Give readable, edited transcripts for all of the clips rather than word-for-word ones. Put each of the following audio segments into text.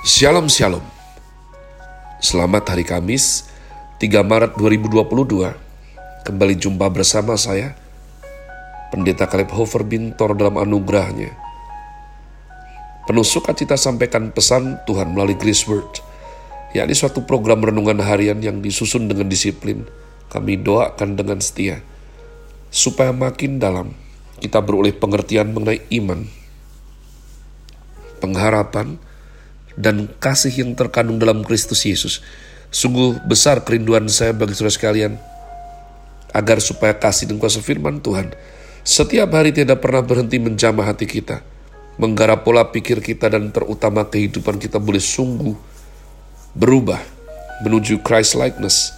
Shalom Shalom. Selamat hari Kamis 3 Maret 2022. Kembali jumpa bersama saya Pendeta Caleb Hofer Bintor dalam anugerahnya. Penuh sukacita sampaikan pesan Tuhan melalui Grace Word, yakni suatu program renungan harian yang disusun dengan disiplin. Kami doakan dengan setia supaya makin dalam kita beroleh pengertian mengenai iman, pengharapan, dan kasih yang terkandung dalam Kristus Yesus. Sungguh besar kerinduan saya bagi saudara sekalian, agar supaya kasih dan kuasa firman Tuhan setiap hari tidak pernah berhenti menjamah hati kita, menggarap pola pikir kita, dan terutama kehidupan kita boleh sungguh berubah menuju Christ likeness.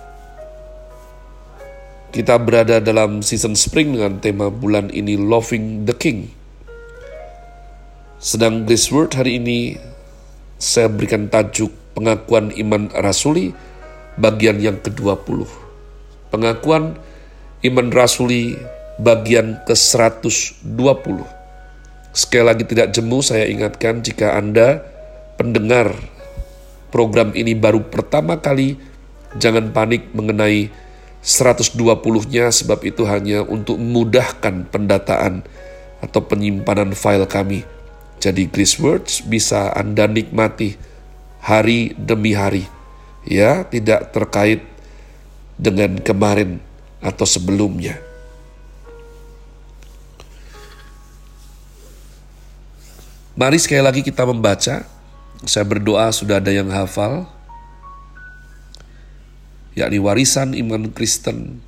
Kita berada dalam season spring dengan tema bulan ini Loving the King. Sedang Grace Word hari ini saya berikan tajuk pengakuan iman rasuli bagian yang ke-20. Pengakuan iman rasuli bagian ke-120. Sekali lagi tidak jemu saya ingatkan, jika Anda pendengar program ini baru pertama kali, jangan panik mengenai 120-nya, sebab itu hanya untuk memudahkan pendataan atau penyimpanan file kami. Jadi Grace Words bisa Anda nikmati hari demi hari, ya, tidak terkait dengan kemarin atau sebelumnya. Mari sekali lagi kita membaca. Saya berdoa sudah ada yang hafal, yakni warisan iman Kristen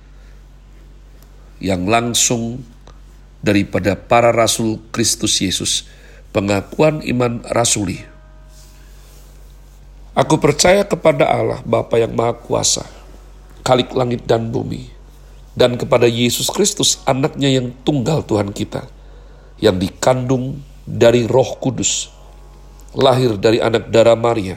yang langsung daripada para rasul Kristus Yesus. Pengakuan iman rasuli. Aku percaya kepada Allah Bapa yang Maha Kuasa, Khalik langit dan bumi, dan kepada Yesus Kristus, anaknya yang tunggal Tuhan kita, yang dikandung dari Roh Kudus, lahir dari anak darah Maria,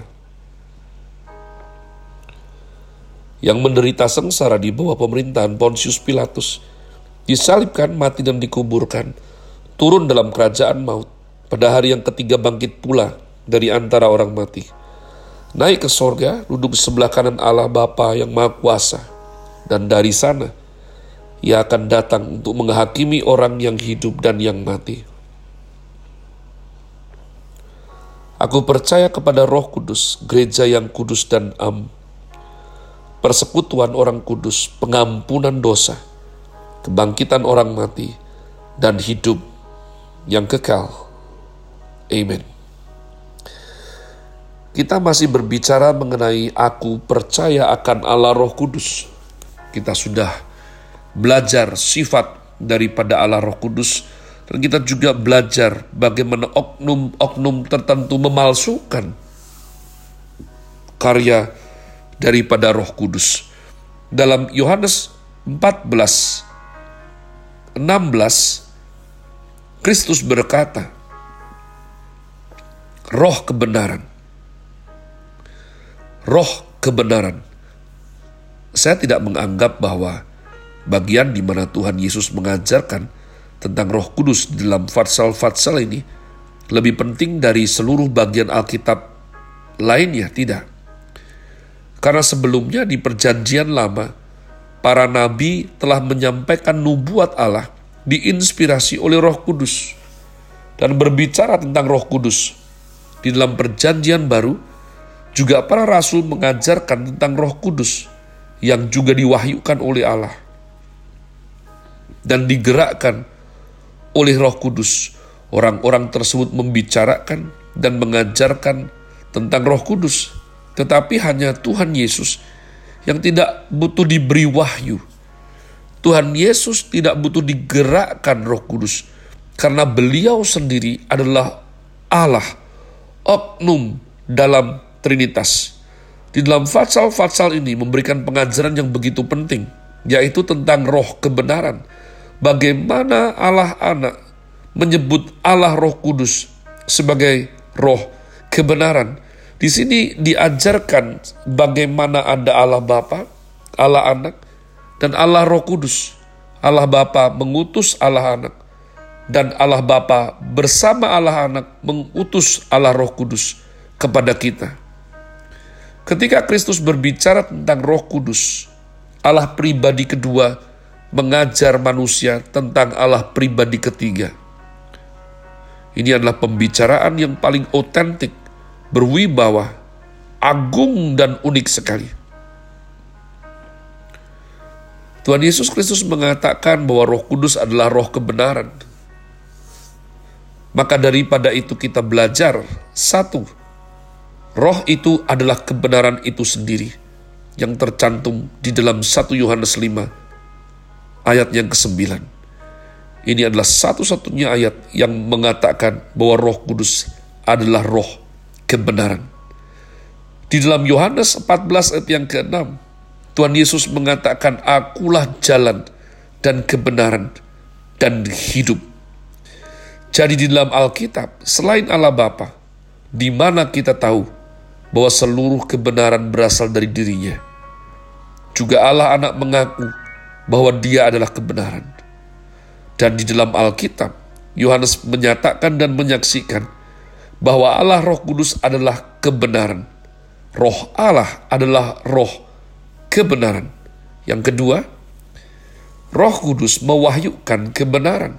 yang menderita sengsara di bawah pemerintahan Pontius Pilatus, disalibkan, mati dan dikuburkan, turun dalam kerajaan maut, pada hari yang ketiga bangkit pula dari antara orang mati, naik ke sorga, duduk di sebelah kanan Allah Bapa yang Maha Kuasa, dan dari sana Ia akan datang untuk menghakimi orang yang hidup dan yang mati. Aku percaya kepada Roh Kudus, gereja yang kudus dan persekutuan orang kudus, pengampunan dosa, kebangkitan orang mati, dan hidup yang kekal. Amin. Kita masih berbicara mengenai aku percaya akan Allah Roh Kudus. Kita sudah belajar sifat daripada Allah Roh Kudus, dan kita juga belajar bagaimana oknum-oknum tertentu memalsukan karya daripada Roh Kudus. Dalam Yohanes 14:16, Kristus berkata, Roh kebenaran. Saya tidak menganggap bahwa bagian di mana Tuhan Yesus mengajarkan tentang Roh Kudus di dalam fatsal-fatsal ini lebih penting dari seluruh bagian Alkitab lainnya, tidak. Karena sebelumnya di Perjanjian Lama, para nabi telah menyampaikan nubuat Allah diinspirasi oleh Roh Kudus dan berbicara tentang Roh Kudus. Di dalam Perjanjian Baru, juga para rasul mengajarkan tentang Roh Kudus yang juga diwahyukan oleh Allah dan digerakkan oleh Roh Kudus. Orang-orang tersebut membicarakan dan mengajarkan tentang Roh Kudus, tetapi hanya Tuhan Yesus yang tidak butuh diberi wahyu. Tuhan Yesus tidak butuh digerakkan Roh Kudus, karena beliau sendiri adalah Allah, oknum dalam Trinitas. Di dalam fatsal-fatsal ini memberikan pengajaran yang begitu penting, yaitu tentang roh kebenaran. Bagaimana Allah Anak menyebut Allah Roh Kudus sebagai roh kebenaran. Di sini diajarkan bagaimana ada Allah Bapa, Allah Anak, dan Allah Roh Kudus. Allah Bapa mengutus Allah Anak, dan Allah Bapa bersama Allah Anak mengutus Allah Roh Kudus. kepada kita. Ketika Kristus berbicara tentang Roh Kudus, Allah pribadi kedua mengajar manusia tentang Allah pribadi ketiga. Ini adalah pembicaraan yang paling otentik, berwibawa, agung dan unik sekali. Tuhan Yesus Kristus mengatakan bahwa Roh Kudus adalah roh kebenaran. Maka daripada itu kita belajar, satu, roh itu adalah kebenaran itu sendiri, yang tercantum di dalam 1 Yohanes 5, ayat yang ke-9. Ini adalah satu-satunya ayat yang mengatakan bahwa Roh Kudus adalah roh kebenaran. Di dalam Yohanes 14 ayat yang ke-6, Tuhan Yesus mengatakan, "Akulah jalan dan kebenaran dan hidup." Jadi di dalam Alkitab, selain Allah Bapa, di mana kita tahu bahwa seluruh kebenaran berasal dari dirinya, juga Allah Anak mengaku bahwa Dia adalah kebenaran. Dan di dalam Alkitab, Yohanes menyatakan dan menyaksikan bahwa Allah Roh Kudus adalah kebenaran. Roh Allah adalah roh kebenaran. Yang kedua, Roh Kudus mewahyukan kebenaran.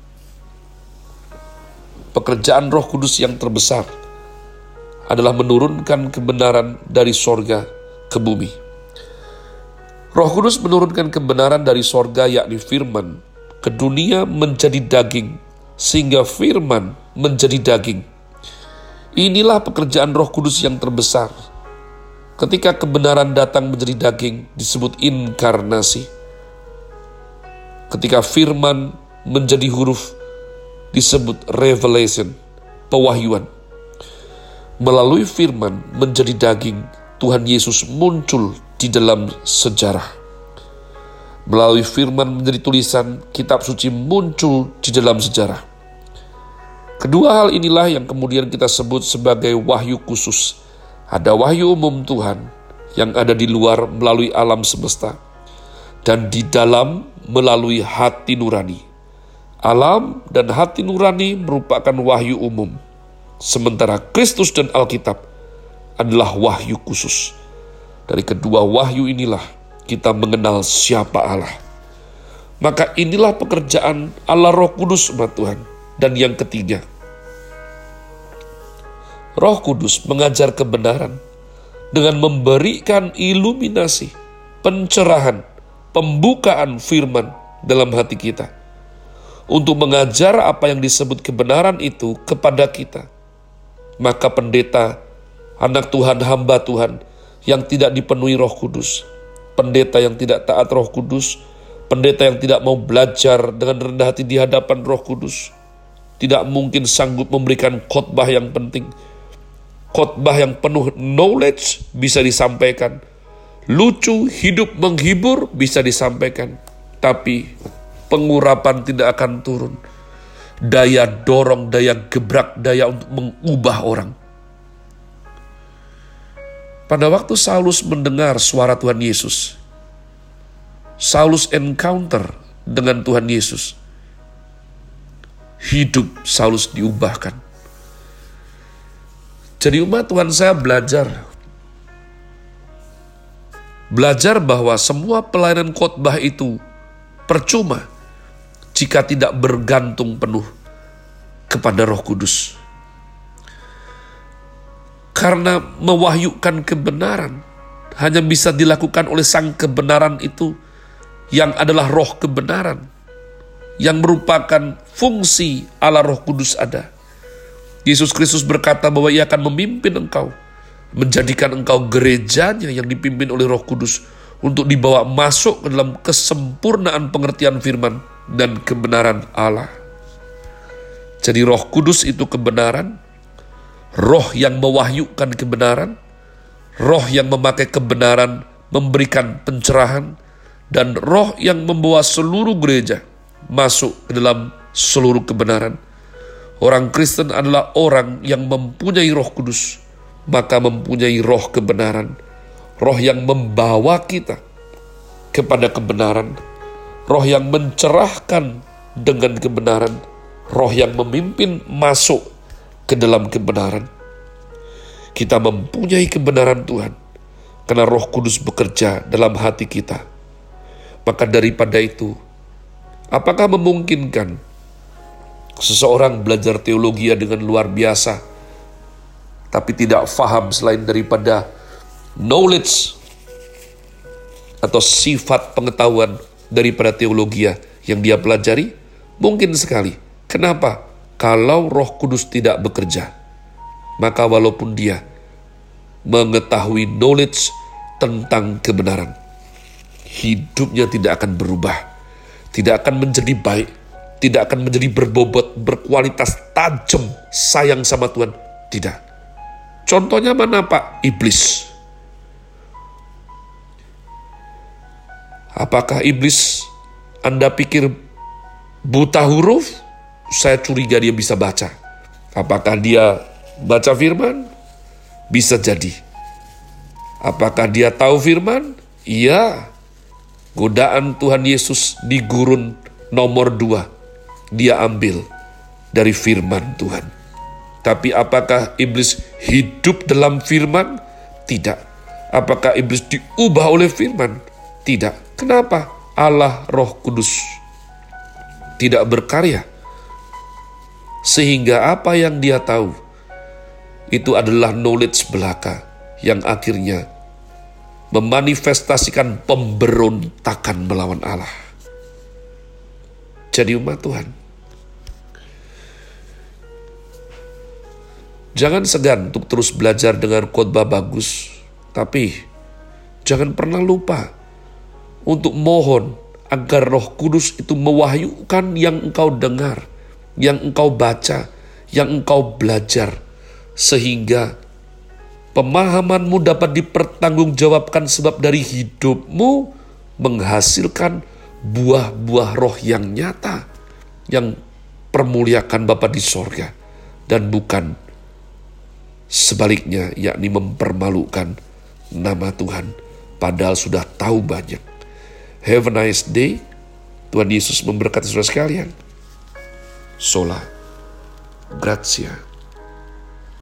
Pekerjaan Roh Kudus yang terbesar adalah menurunkan kebenaran dari sorga ke bumi. Roh Kudus menurunkan kebenaran dari sorga, yakni firman, ke dunia menjadi daging, sehingga firman menjadi daging. Inilah pekerjaan Roh Kudus yang terbesar. Ketika kebenaran datang menjadi daging, disebut inkarnasi. Ketika firman menjadi huruf, disebut revelation, pewahyuan. Melalui firman menjadi daging, Tuhan Yesus muncul di dalam sejarah. Melalui firman menjadi tulisan, kitab suci muncul di dalam sejarah. Kedua hal inilah yang kemudian kita sebut sebagai wahyu khusus. Ada wahyu umum Tuhan yang ada di luar melalui alam semesta, dan di dalam melalui hati nurani. Alam dan hati nurani merupakan wahyu umum, sementara Kristus dan Alkitab adalah wahyu khusus. Dari kedua wahyu inilah kita mengenal siapa Allah. Maka inilah pekerjaan Allah Roh Kudus umat Tuhan. Dan yang ketiga, Roh Kudus mengajar kebenaran dengan memberikan iluminasi, pencerahan, pembukaan firman dalam hati kita, untuk mengajar apa yang disebut kebenaran itu kepada kita. Maka pendeta, anak Tuhan, hamba Tuhan yang tidak dipenuhi Roh Kudus, pendeta yang tidak taat Roh Kudus, pendeta yang tidak mau belajar dengan rendah hati di hadapan Roh Kudus, tidak mungkin sanggup memberikan khotbah yang penting. Khotbah yang penuh knowledge bisa disampaikan, lucu, hidup, menghibur bisa disampaikan, tapi pengurapan tidak akan turun. Daya dorong, daya gebrak, daya untuk mengubah orang. Pada waktu Saulus mendengar suara Tuhan Yesus, Saulus encounter dengan Tuhan Yesus, hidup Saulus diubahkan. Jadi umat Tuhan, saya belajar bahwa semua pelayanan khotbah itu percuma jika tidak bergantung penuh kepada Roh Kudus. Karena mewahyukan kebenaran hanya bisa dilakukan oleh sang kebenaran itu, yang adalah roh kebenaran, yang merupakan fungsi Allah Roh Kudus ada. Yesus Kristus berkata bahwa Ia akan memimpin engkau, menjadikan engkau gerejanya yang dipimpin oleh Roh Kudus, untuk dibawa masuk ke dalam kesempurnaan pengertian firman dan kebenaran Allah. Jadi Roh Kudus itu kebenaran, roh yang mewahyukan kebenaran, roh yang memakai kebenaran memberikan pencerahan, dan roh yang membawa seluruh gereja masuk ke dalam seluruh kebenaran. Orang Kristen adalah orang yang mempunyai Roh Kudus, maka mempunyai roh kebenaran, roh yang membawa kita kepada kebenaran, roh yang mencerahkan dengan kebenaran, roh yang memimpin masuk ke dalam kebenaran. kita mempunyai kebenaran Tuhan, karena Roh Kudus bekerja dalam hati kita. Maka daripada itu, apakah memungkinkan seseorang belajar teologi dengan luar biasa, tapi tidak faham selain daripada knowledge atau sifat pengetahuan daripada teologi yang dia pelajari? Mungkin sekali. Kenapa? Kalau Roh Kudus tidak bekerja, maka walaupun dia mengetahui knowledge tentang kebenaran, hidupnya tidak akan berubah, tidak akan menjadi baik, tidak akan menjadi berbobot, berkualitas tajam, sayang sama Tuhan. Tidak. Contohnya mana Pak? Iblis. Apakah iblis Anda pikir buta huruf? Saya curiga dia bisa baca. Apakah dia baca firman? Bisa jadi. Apakah dia tahu firman? Iya. Godaan Tuhan Yesus di gurun nomor 2, dia ambil dari firman Tuhan. Tapi apakah iblis hidup dalam firman? Tidak. Apakah iblis diubah oleh firman? Tidak. Kenapa? Allah Roh Kudus tidak berkarya, sehingga apa yang dia tahu itu adalah knowledge belaka yang akhirnya memanifestasikan pemberontakan melawan Allah. Jadi umat Tuhan, jangan segan untuk terus belajar dengan khotbah bagus, tapi jangan pernah lupa untuk mohon agar Roh Kudus itu mewahyukan yang engkau dengar, yang engkau baca, yang engkau belajar, sehingga pemahamanmu dapat dipertanggungjawabkan, sebab dari hidupmu menghasilkan buah-buah roh yang nyata, yang permuliakan Bapa di sorga, dan bukan sebaliknya, yakni mempermalukan nama Tuhan, padahal sudah tahu banyak. Have a nice day. Tuhan Yesus memberkati saudara sekalian. Sola Gratia.